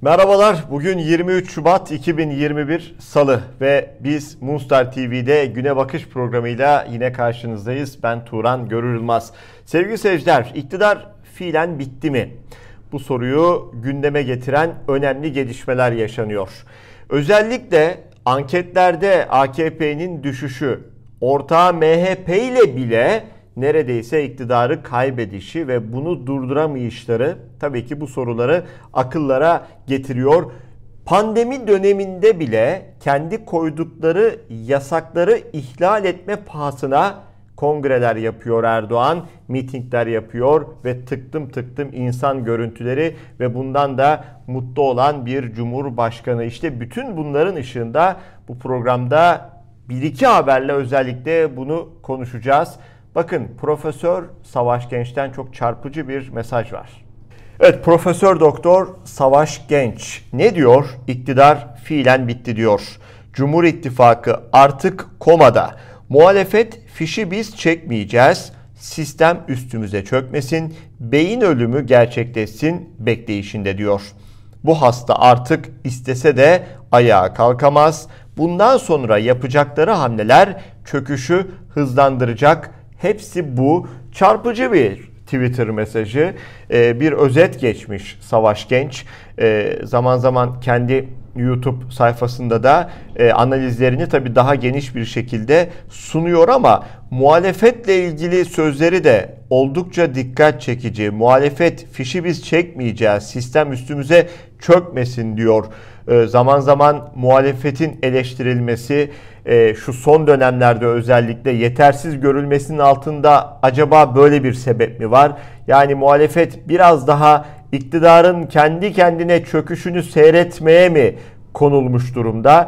Merhabalar, bugün 23 Şubat 2021 Salı ve biz Moonstar TV'de Güne Bakış programıyla yine karşınızdayız. Ben Turan Görür Yılmaz. Sevgili seyirciler, iktidar fiilen bitti mi? Bu soruyu gündeme getiren önemli gelişmeler yaşanıyor. Özellikle anketlerde AKP'nin düşüşü, ortağı MHP ile bile neredeyse iktidarı kaybedişi ve bunu durduramayışları tabii ki bu soruları akıllara getiriyor. Pandemi döneminde bile kendi koydukları yasakları ihlal etme pahasına kongreler yapıyor Erdoğan, mitingler yapıyor ve tıktım insan görüntüleri ve bundan da mutlu olan bir cumhurbaşkanı. İşte bütün bunların ışığında bu programda bir iki haberle özellikle bunu konuşacağız. Bakın, Profesör Savaş Genç'ten çok çarpıcı bir mesaj var. Evet, Profesör Doktor Savaş Genç ne diyor? İktidar fiilen bitti diyor. Cumhur İttifakı artık komada. Muhalefet fişi biz çekmeyeceğiz. Sistem üstümüze çökmesin. Beyin ölümü gerçekleşsin bekleyişinde diyor. Bu hasta artık istese de ayağa kalkamaz. Bundan sonra yapacakları hamleler çöküşü hızlandıracak. Hepsi bu. Çarpıcı bir Twitter mesajı. Bir özet geçmiş Savaş Genç. Zaman zaman kendi YouTube sayfasında da analizlerini tabii daha geniş bir şekilde sunuyor ama muhalefetle ilgili sözleri de oldukça dikkat çekici. Muhalefet fişi biz çekmeyeceğiz, sistem üstümüze çökmesin diyor. Zaman zaman muhalefetin eleştirilmesi, şu son dönemlerde özellikle yetersiz görülmesinin altında acaba böyle bir sebep mi var? Yani muhalefet biraz daha iktidarın kendi kendine çöküşünü seyretmeye mi konulmuş durumda?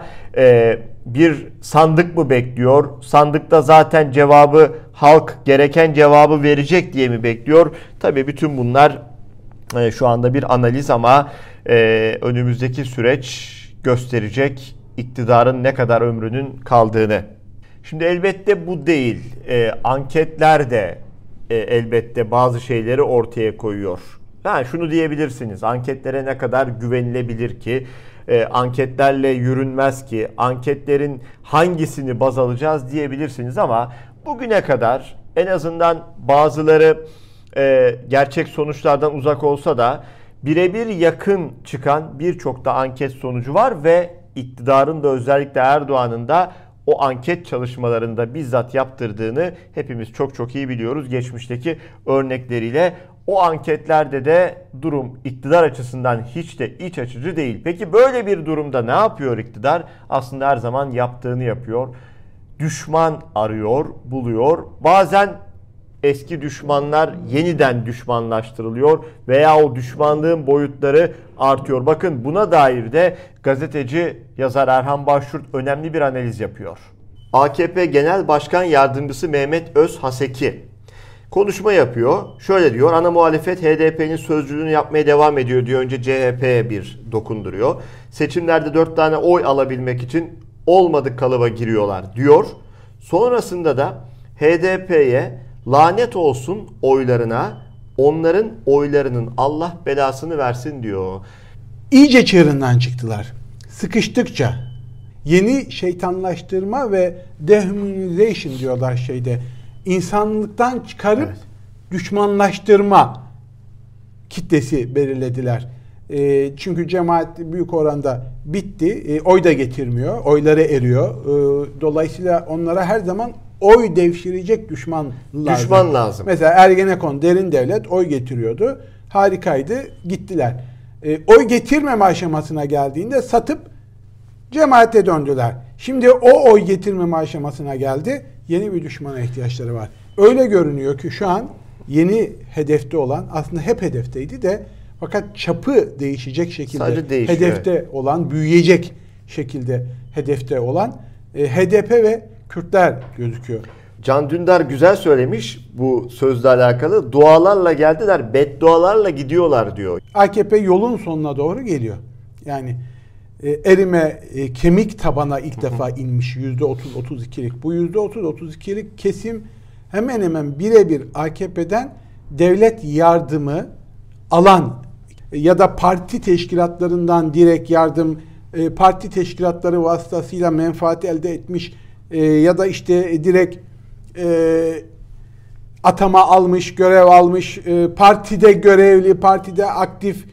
Bir sandık mı bekliyor? Sandıkta zaten cevabı halk gereken cevabı verecek diye mi bekliyor? Tabii bütün bunlar şu anda bir analiz ama önümüzdeki süreç gösterecek iktidarın ne kadar ömrünün kaldığını. Şimdi elbette bu değil. Anketler de elbette bazı şeyleri ortaya koyuyor. Yani şunu diyebilirsiniz. Anketlere ne kadar güvenilebilir ki? Anketlerle yürünmez ki? Anketlerin hangisini baz alacağız diyebilirsiniz ama bugüne kadar en azından bazıları gerçek sonuçlardan uzak olsa da birebir yakın çıkan birçok da anket sonucu var ve iktidarın da özellikle Erdoğan'ın da o anket çalışmalarında bizzat yaptırdığını hepimiz çok iyi biliyoruz geçmişteki örnekleriyle. O anketlerde de durum iktidar açısından hiç de iç açıcı değil. Peki böyle bir durumda ne yapıyor iktidar? Aslında her zaman yaptığını yapıyor. Düşman arıyor, buluyor. Bazen eski düşmanlar yeniden düşmanlaştırılıyor veya o düşmanlığın boyutları artıyor. Bakın, buna dair de gazeteci yazar Erhan Başyurt önemli bir analiz yapıyor. AKP Genel Başkan Yardımcısı Mehmet Özhaseki konuşma yapıyor. Şöyle diyor: ana muhalefet HDP'nin sözcülüğünü yapmaya devam ediyor diyor. Önce CHP'ye bir dokunduruyor. Seçimlerde 4 tane oy alabilmek için olmadık kalıba giriyorlar diyor. Sonrasında da HDP'ye lanet olsun oylarına, onların oylarının Allah belasını versin diyor. İyice çığırından çıktılar. Sıkıştıkça yeni şeytanlaştırma ve dehumanization diyorlar şeyde. İnsanlıktan çıkarıp düşmanlaştırma kitlesi belirlediler. Çünkü cemaat büyük oranda bitti. Oy da getirmiyor. Oyları eriyor. Dolayısıyla onlara her zaman oy devşirecek düşman lazım. Mesela Ergenekon, Derin Devlet oy getiriyordu. Harikaydı. Gittiler. Oy getirmeme aşamasına geldiğinde satıp cemaate döndüler. Şimdi o oy getirmeme aşamasına geldi. Yeni bir düşmana ihtiyaçları var. Öyle görünüyor ki şu an yeni hedefte olan, aslında hep hedefteydi de fakat çapı değişecek şekilde hedefte olan, büyüyecek şekilde hedefte olan HDP ve Kürtler gözüküyor. Can Dündar güzel söylemiş bu sözle alakalı. Dualarla geldiler, beddualarla gidiyorlar diyor. AKP yolun sonuna doğru geliyor. Yani erime, kemik tabana ilk defa inmiş %30-32'lik. Bu %30-32'lik kesim hemen hemen birebir AKP'den devlet yardımı alan. ya da parti teşkilatlarından direkt yardım, parti teşkilatları vasıtasıyla menfaat elde etmiş ya da işte direkt atama almış, görev almış, partide görevli, partide aktif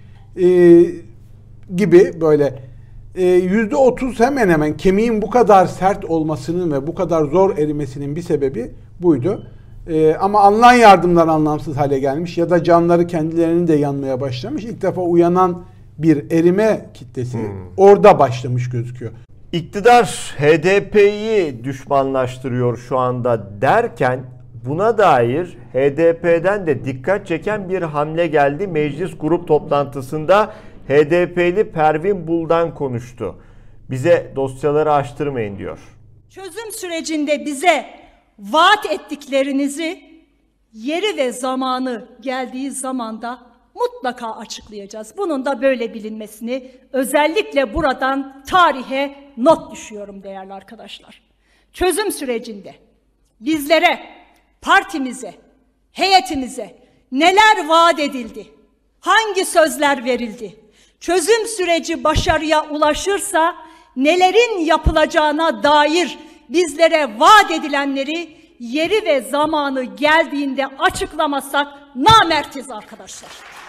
gibi böyle %30 hemen hemen kemiğin bu kadar sert olmasının ve bu kadar zor erimesinin bir sebebi buydu. Ama alınan yardımlar anlamsız hale gelmiş ya da canları kendilerinin de yanmaya başlamış. İlk defa uyanan bir erime kitlesi orada başlamış gözüküyor. İktidar HDP'yi düşmanlaştırıyor şu anda derken buna dair HDP'den de dikkat çeken bir hamle geldi. Meclis grup toplantısında HDP'li Pervin Buldan konuştu. Bize dosyaları açtırmayın diyor. Çözüm sürecinde bize vaat ettiklerinizi yeri ve zamanı geldiği zamanda mutlaka açıklayacağız. Bunun da böyle bilinmesini özellikle buradan tarihe not düşüyorum değerli arkadaşlar. Çözüm sürecinde bizlere, partimize, heyetimize neler vaat edildi? Hangi sözler verildi? Çözüm süreci başarıya ulaşırsa nelerin yapılacağına dair bizlere vaat edilenleri yeri ve zamanı geldiğinde açıklamazsak namertiz arkadaşlar.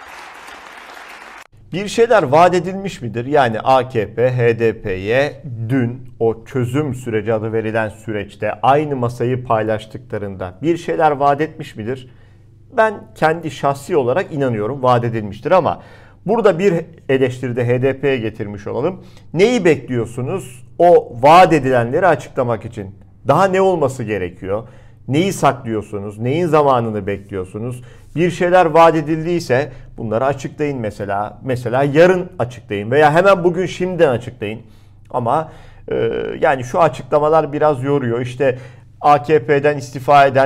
Bir şeyler vaat edilmiş midir? Yani AKP, HDP'ye dün o çözüm süreci adı verilen süreçte aynı masayı paylaştıklarında bir şeyler vaat etmiş midir? Ben kendi şahsi olarak inanıyorum vaat edilmiştir ama burada bir eleştiri de HDP'ye getirmiş olalım. Neyi bekliyorsunuz o vaat edilenleri açıklamak için? Daha ne olması gerekiyor? Neyi saklıyorsunuz? Neyin zamanını bekliyorsunuz? Bir şeyler vaat edildiyse bunları açıklayın mesela. Mesela yarın açıklayın veya hemen bugün şimdiden açıklayın. Ama yani şu açıklamalar biraz yoruyor. İşte AKP'den istifa eden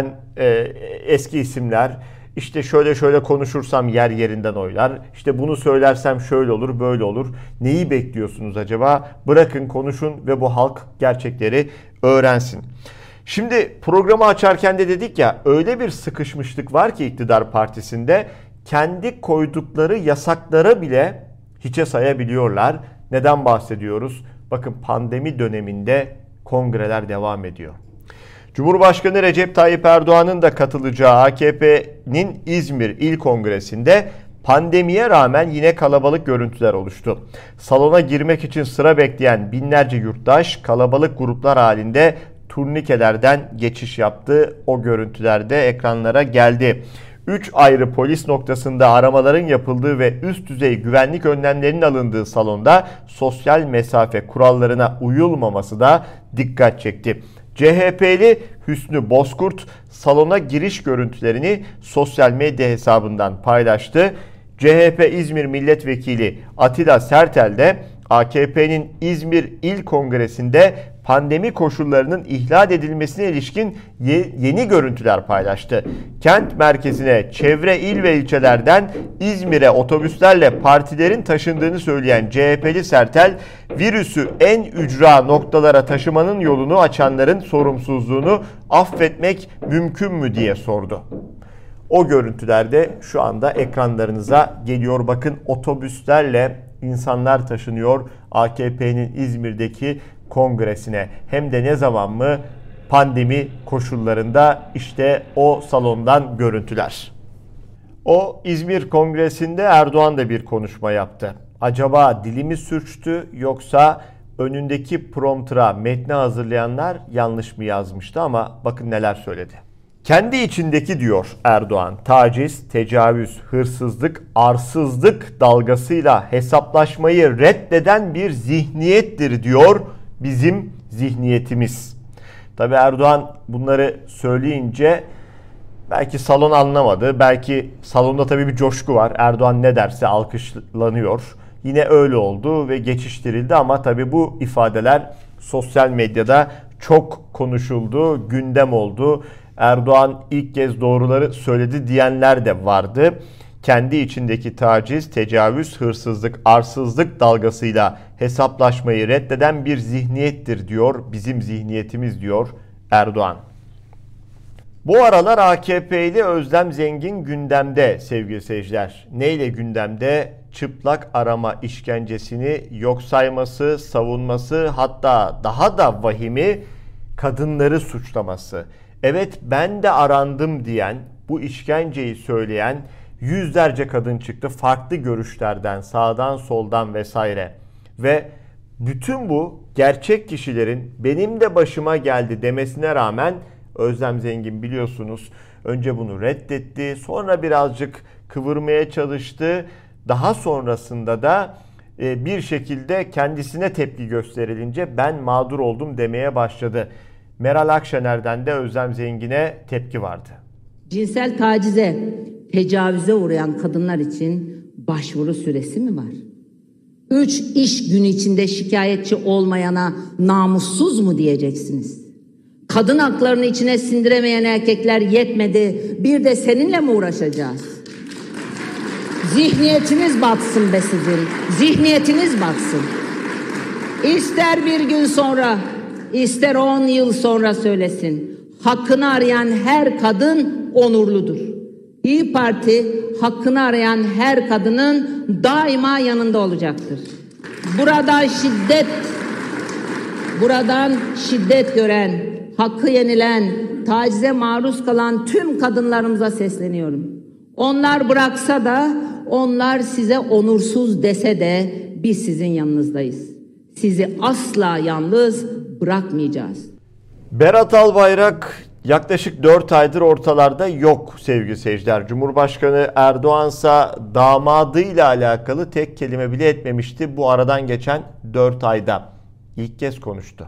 eski isimler, İşte şöyle konuşursam yer yerinden oynar. İşte bunu söylersem şöyle olur, böyle olur. Neyi bekliyorsunuz acaba? Bırakın konuşun ve bu halk gerçekleri öğrensin. Şimdi programı açarken de dedik ya, öyle bir sıkışmışlık var ki iktidar partisinde kendi koydukları yasakları bile hiçe sayabiliyorlar. Neden bahsediyoruz? Bakın pandemi döneminde kongreler devam ediyor. Cumhurbaşkanı Recep Tayyip Erdoğan'ın da katılacağı AKP'nin İzmir İl Kongresi'nde pandemiye rağmen yine kalabalık görüntüler oluştu. Salona girmek için sıra bekleyen binlerce yurttaş kalabalık gruplar halinde turnikelerden geçiş yaptı. O görüntüler de ekranlara geldi. 3 ayrı polis noktasında aramaların yapıldığı ve üst düzey güvenlik önlemlerinin alındığı salonda sosyal mesafe kurallarına uyulmaması da dikkat çekti. CHP'li Hüsnü Bozkurt salona giriş görüntülerini sosyal medya hesabından paylaştı. CHP İzmir Milletvekili Atilla Sertel de AKP'nin İzmir İl Kongresi'nde pandemi koşullarının ihlal edilmesine ilişkin yeni görüntüler paylaştı. Kent merkezine çevre il ve ilçelerden İzmir'e otobüslerle partilerin taşındığını söyleyen CHP'li Sertel, virüsü en ücra noktalara taşımanın yolunu açanların sorumsuzluğunu affetmek mümkün mü diye sordu. O görüntüler de şu anda ekranlarınıza geliyor. Bakın, otobüslerle insanlar taşınıyor AKP'nin İzmir'deki kongresine. Hem de ne zaman mı? Pandemi koşullarında. İşte o salondan görüntüler. O İzmir Kongresi'nde Erdoğan da bir konuşma yaptı. Acaba dili mi sürçtü yoksa önündeki promptura metni hazırlayanlar yanlış mı yazmıştı? Ama bakın neler söyledi. Kendi içindeki, diyor Erdoğan, taciz, tecavüz, hırsızlık, arsızlık dalgasıyla hesaplaşmayı reddeden bir zihniyettir diyor bizim zihniyetimiz. Tabii Erdoğan bunları söyleyince belki salon anlamadı. Belki salonda tabii bir coşku var. Erdoğan ne derse alkışlanıyor. Yine öyle oldu ve geçiştirildi ama tabii bu ifadeler sosyal medyada çok konuşuldu, gündem oldu. Erdoğan ilk kez doğruları söyledi diyenler de vardı. Kendi içindeki taciz, tecavüz, hırsızlık, arsızlık dalgasıyla hesaplaşmayı reddeden bir zihniyettir diyor. Bizim zihniyetimiz diyor Erdoğan. Bu aralar AKP'li Özlem Zengin gündemde sevgili seyirciler. Neyle gündemde? çıplak arama işkencesini yok sayması, savunması, hatta daha da vahimi kadınları suçlaması. Evet, ben de arandım diyen, bu işkenceyi söyleyen yüzlerce kadın çıktı farklı görüşlerden, sağdan soldan vesaire. Ve bütün bu gerçek kişilerin benim de başıma geldi demesine rağmen Özlem Zengin biliyorsunuz önce bunu reddetti, sonra birazcık kıvırmaya çalıştı. Daha sonrasında da bir şekilde kendisine tepki gösterilince ben mağdur oldum demeye başladı. Meral Akşener'den de Özlem Zengin'e tepki vardı. Cinsel tacize, tecavüze uğrayan kadınlar için başvuru süresi mi var? 3 iş günü içinde şikayetçi olmayana namussuz mu diyeceksiniz? Kadın haklarını içine sindiremeyen erkekler yetmedi, bir de seninle mi uğraşacağız? Zihniyetiniz batsın be sizin, zihniyetiniz batsın. İster bir gün sonra, ister 10 yıl sonra söylesin. Hakkını arayan her kadın onurludur. İYİ Parti hakkını arayan her kadının daima yanında olacaktır. Buradan şiddet gören, hakkı yenilen, tacize maruz kalan tüm kadınlarımıza sesleniyorum. Onlar bıraksa da, onlar size onursuz dese de biz sizin yanınızdayız. Sizi asla yalnız bırakmayacağız. Berat Albayrak yaklaşık 4 aydır ortalarda yok sevgili seyirciler. Cumhurbaşkanı Erdoğan'sa damadıyla alakalı tek kelime bile etmemişti bu aradan geçen 4 ayda. İlk kez konuştu.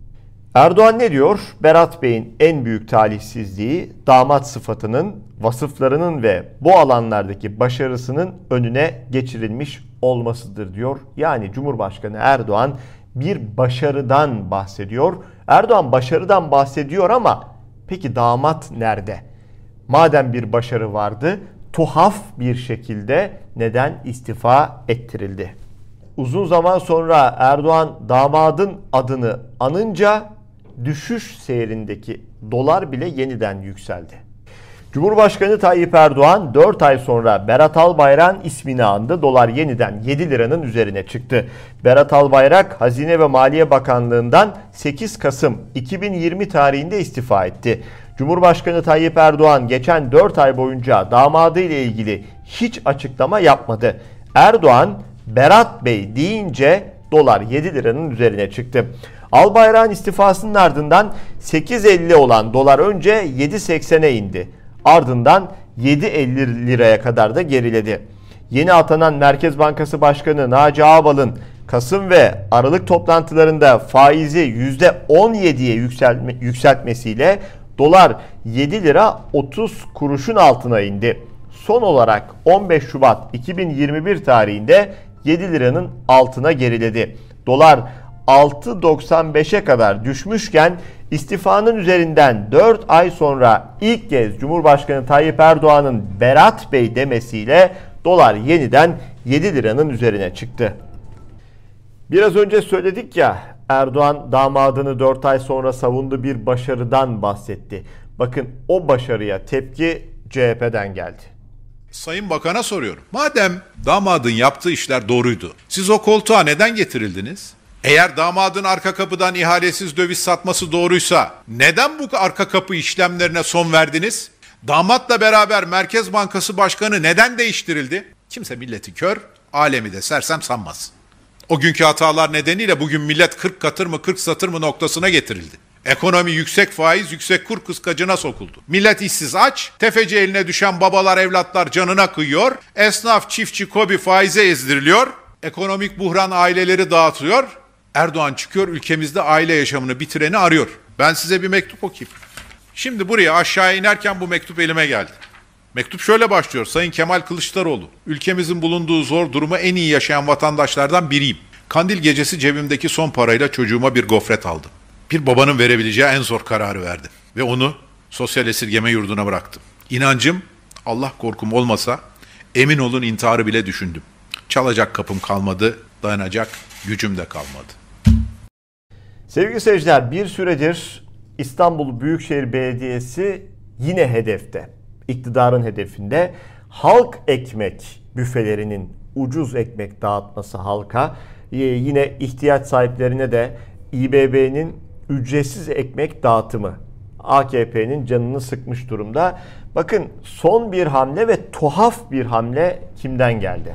Erdoğan ne diyor? Berat Bey'in en büyük talihsizliği damat sıfatının, vasıflarının ve bu alanlardaki başarısının önüne geçirilmiş olmasıdır diyor. Yani Cumhurbaşkanı Erdoğan bir başarıdan bahsediyor. Erdoğan başarıdan bahsediyor ama peki damat nerede? Madem bir başarı vardı, tuhaf bir şekilde neden istifa ettirildi? Uzun zaman sonra Erdoğan damadın adını anınca düşüş seyrindeki dolar bile yeniden yükseldi. Cumhurbaşkanı Tayyip Erdoğan 4 ay sonra Berat Albayrak'ın ismini andı. Dolar yeniden 7 liranın üzerine çıktı. Berat Albayrak Hazine ve Maliye Bakanlığı'ndan 8 Kasım 2020 tarihinde istifa etti. Cumhurbaşkanı Tayyip Erdoğan geçen 4 ay boyunca damadı ile ilgili hiç açıklama yapmadı. Erdoğan Berat Bey deyince dolar 7 liranın üzerine çıktı. Albayrak'ın istifasının ardından 8.50 olan dolar önce 7.80'e indi. Ardından 7.50 liraya kadar da geriledi. Yeni atanan Merkez Bankası Başkanı Naci Ağbal'ın Kasım ve Aralık toplantılarında faizi %17'ye yükseltmesiyle dolar 7 lira 30 kuruşun altına indi. Son olarak 15 Şubat 2021 tarihinde 7 liranın altına geriledi. Dolar 6.95'e kadar düşmüşken istifanın üzerinden 4 ay sonra ilk kez Cumhurbaşkanı Tayyip Erdoğan'ın Berat Bey demesiyle dolar yeniden 7 liranın üzerine çıktı. Biraz önce söyledik ya, Erdoğan damadını 4 ay sonra savundu, bir başarıdan bahsetti. Bakın o başarıya tepki CHP'den geldi. Sayın Bakan'a soruyorum. Madem damadın yaptığı işler doğruydu, siz o koltuğa neden getirildiniz? Eğer damadın arka kapıdan ihalesiz döviz satması doğruysa neden bu arka kapı işlemlerine son verdiniz? Damatla beraber Merkez Bankası Başkanı neden değiştirildi? Kimse milleti kör, alemi de sersem sanmaz. O günkü hatalar nedeniyle bugün millet 40 katır mı 40 satır mı noktasına getirildi. Ekonomi yüksek faiz, yüksek kur kıskacına sokuldu. Millet işsiz aç, tefeci eline düşen babalar evlatlar canına kıyıyor, esnaf, çiftçi, KOBİ faize ezdiriliyor, ekonomik buhran aileleri dağıtıyor. Erdoğan çıkıyor, ülkemizde aile yaşamını bitireni arıyor. Ben size bir mektup okuyayım. Şimdi buraya aşağıya inerken bu mektup elime geldi. Mektup şöyle başlıyor. Sayın Kemal Kılıçdaroğlu, ülkemizin bulunduğu zor durumu en iyi yaşayan vatandaşlardan biriyim. Kandil gecesi cebimdeki son parayla çocuğuma bir gofret aldım. Bir babanın verebileceği en zor kararı verdim. Ve onu sosyal esirgeme yurduna bıraktım. İnancım, Allah korkum olmasa emin olun intiharı bile düşündüm. Çalacak kapım kalmadı, dayanacak gücüm de kalmadı. Sevgili seyirciler, bir süredir İstanbul Büyükşehir Belediyesi yine hedefte. İktidarın hedefinde halk ekmek büfelerinin ucuz ekmek dağıtması halka. Yine ihtiyaç sahiplerine de İBB'nin ücretsiz ekmek dağıtımı AKP'nin canını sıkmış durumda. Bakın son bir hamle ve tuhaf bir hamle kimden geldi?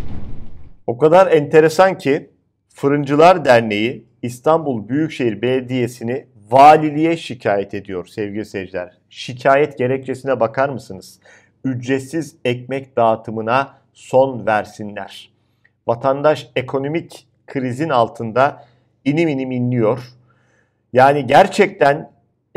O kadar enteresan ki Fırıncılar Derneği İstanbul Büyükşehir Belediyesi'ni valiliğe şikayet ediyor sevgili seyirciler. Şikayet gerekçesine bakar mısınız? Ücretsiz ekmek dağıtımına son versinler. Vatandaş ekonomik krizin altında inim inim inliyor. Yani gerçekten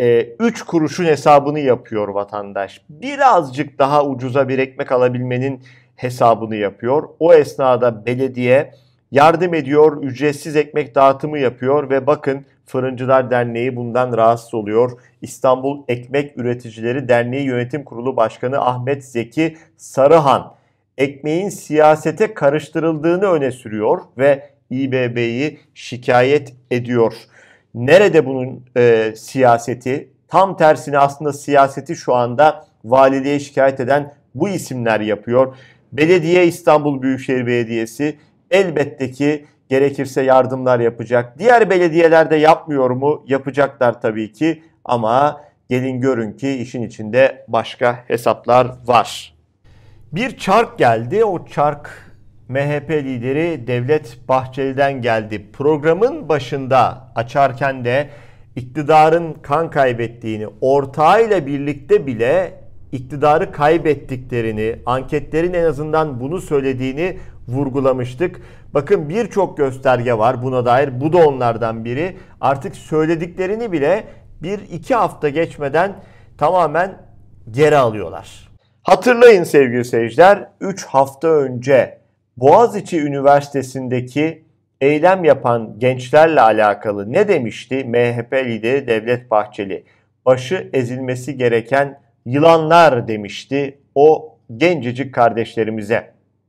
3 kuruşun hesabını yapıyor vatandaş. Birazcık daha ucuza bir ekmek alabilmenin hesabını yapıyor. O esnada belediye yardım ediyor, ücretsiz ekmek dağıtımı yapıyor ve bakın Fırıncılar Derneği bundan rahatsız oluyor. İstanbul Ekmek Üreticileri Derneği Yönetim Kurulu Başkanı Ahmet Zeki Sarıhan ekmeğin siyasete karıştırıldığını öne sürüyor ve İBB'yi şikayet ediyor. Nerede bunun siyaseti? Tam tersine aslında siyaseti şu anda valiliğe şikayet eden bu isimler yapıyor. Belediye, İstanbul Büyükşehir Belediyesi elbette ki gerekirse yardımlar yapacak. Diğer belediyeler de yapmıyor mu? Yapacaklar tabii ki ama gelin görün ki işin içinde başka hesaplar var. Bir çark geldi. O çark MHP lideri Devlet Bahçeli'den geldi. Programın başında açarken de iktidarın kan kaybettiğini, ortağıyla birlikte bile iktidarı kaybettiklerini, anketlerin en azından bunu söylediğini vurgulamıştık. Bakın birçok gösterge var buna dair. Bu da onlardan biri. Artık söylediklerini bile 1-2 hafta geçmeden tamamen geri alıyorlar. Hatırlayın sevgili seyirciler, 3 hafta önce Boğaziçi Üniversitesi'ndeki eylem yapan gençlerle alakalı ne demişti MHP lideri Devlet Bahçeli? Başı ezilmesi gereken yılanlar demişti o gencecik kardeşlerimize.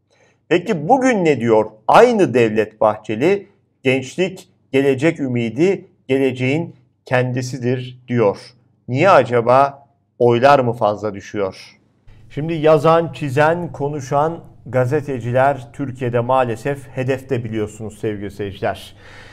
Peki bugün ne diyor aynı Devlet Bahçeli? Gençlik gelecek ümidi, geleceğin kendisidir diyor. Niye acaba? Oylar mı fazla düşüyor? Şimdi yazan, çizen, konuşan gazeteciler Türkiye'de maalesef hedefte biliyorsunuz sevgili seyirciler.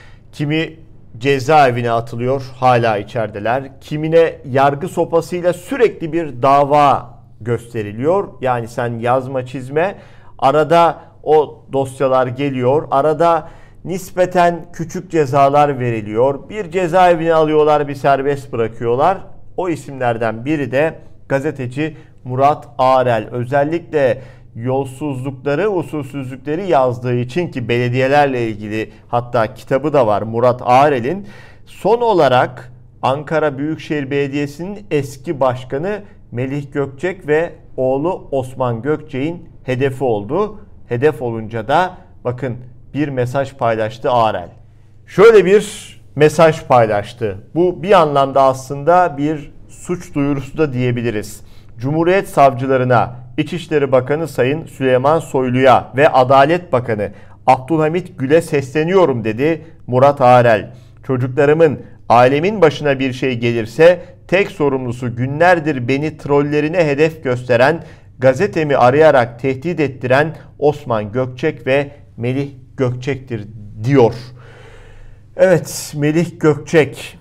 Kimi cezaevine atılıyor, hala içerideler. Kimine yargı sopasıyla sürekli bir dava gösteriliyor. Yani sen yazma çizme, arada o dosyalar geliyor, arada nispeten küçük cezalar veriliyor. Bir cezaevine alıyorlar, bir serbest bırakıyorlar. O isimlerden biri de gazeteci Murat Ağrel. Özellikle yolsuzlukları, usulsüzlükleri yazdığı için ki belediyelerle ilgili hatta kitabı da var Murat Ağrel'in. Son olarak Ankara Büyükşehir Belediyesi'nin eski başkanı Melih Gökçek ve oğlu Osman Gökçek'in hedefi oldu. Hedef olunca da bakın bir mesaj paylaştı Ağrel. Şöyle bir mesaj paylaştı. Bu bir anlamda aslında bir suç duyurusu da diyebiliriz. Cumhuriyet savcılarına, İçişleri Bakanı Sayın Süleyman Soylu'ya ve Adalet Bakanı Abdülhamit Gül'e sesleniyorum dedi Murat Ağrel. Çocuklarımın, ailemin başına bir şey gelirse tek sorumlusu günlerdir beni trollerine hedef gösteren, gazetemi arayarak tehdit ettiren Osman Gökçek ve Melih Gökçek'tir diyor. Evet, Melih Gökçek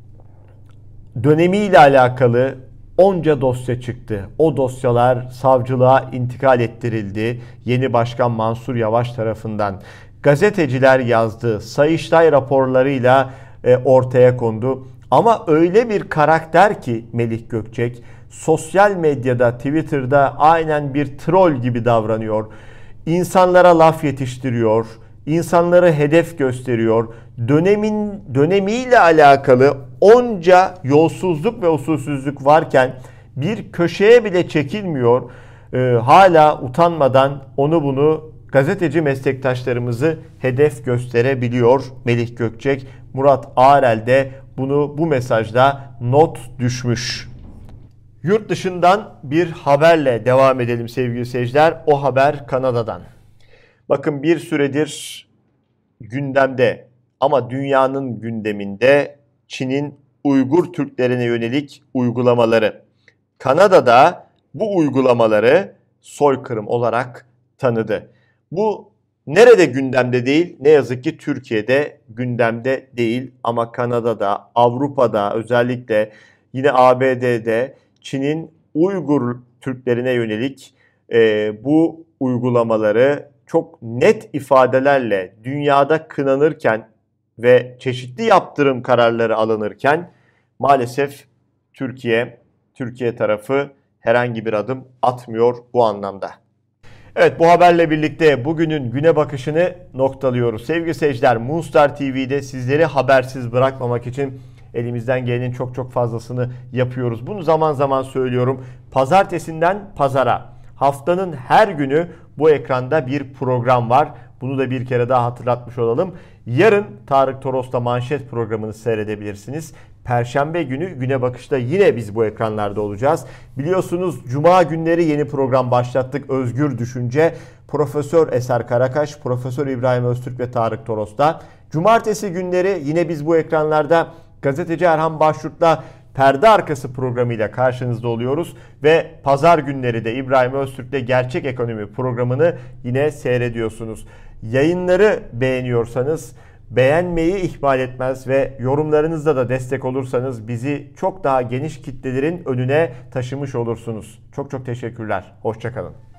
dönemiyle alakalı onca dosya çıktı. O dosyalar savcılığa intikal ettirildi. Yeni Başkan Mansur Yavaş tarafından. Gazeteciler yazdı. Sayıştay raporlarıyla ortaya kondu. Ama öyle bir karakter ki Melih Gökçek, sosyal medyada, Twitter'da aynen bir troll gibi davranıyor. İnsanlara laf yetiştiriyor. İnsanları hedef gösteriyor. Dönemiyle alakalı onca yolsuzluk ve usulsüzlük varken bir köşeye bile çekilmiyor. Hala utanmadan onu bunu gazeteci meslektaşlarımızı hedef gösterebiliyor Melih Gökçek. Murat Ağrel de bu mesajda not düşmüş. Yurt dışından bir haberle devam edelim sevgili seyirciler. O haber Kanada'dan. Bakın bir süredir gündemde ama dünyanın gündeminde Çin'in Uygur Türklerine yönelik uygulamaları. Kanada'da bu uygulamaları soykırım olarak tanıdı. Bu nerede gündemde değil? Ne yazık ki Türkiye'de gündemde değil ama Kanada'da, Avrupa'da, özellikle yine ABD'de Çin'in Uygur Türklerine yönelik bu uygulamaları çok net ifadelerle dünyada kınanırken ve çeşitli yaptırım kararları alınırken maalesef Türkiye tarafı herhangi bir adım atmıyor bu anlamda. Evet, bu haberle birlikte bugünün güne bakışını noktalıyoruz. Sevgili seyirciler, Moonstar TV'de sizleri habersiz bırakmamak için elimizden gelenin çok fazlasını yapıyoruz. Bunu zaman zaman söylüyorum. Pazartesinden pazara, haftanın her günü bu ekranda bir program var. Bunu da bir kere daha hatırlatmış olalım. Yarın Tarık Toros'la Manşet programını seyredebilirsiniz. Perşembe günü Güne Bakış'ta yine biz bu ekranlarda olacağız. Biliyorsunuz Cuma günleri yeni program başlattık. Özgür Düşünce. Profesör Eser Karakaş, Profesör İbrahim Öztürk ve Tarık Toros'ta. Cumartesi günleri yine biz bu ekranlarda gazeteci Erhan Başyurt'la Perde Arkası programıyla karşınızda oluyoruz. Ve pazar günleri de İbrahim Öztürk'le Gerçek Ekonomi programını yine seyrediyorsunuz. Yayınları beğeniyorsanız beğenmeyi ihmal etmez ve yorumlarınızla da destek olursanız bizi çok daha geniş kitlelerin önüne taşımış olursunuz. Çok teşekkürler. Hoşça kalın.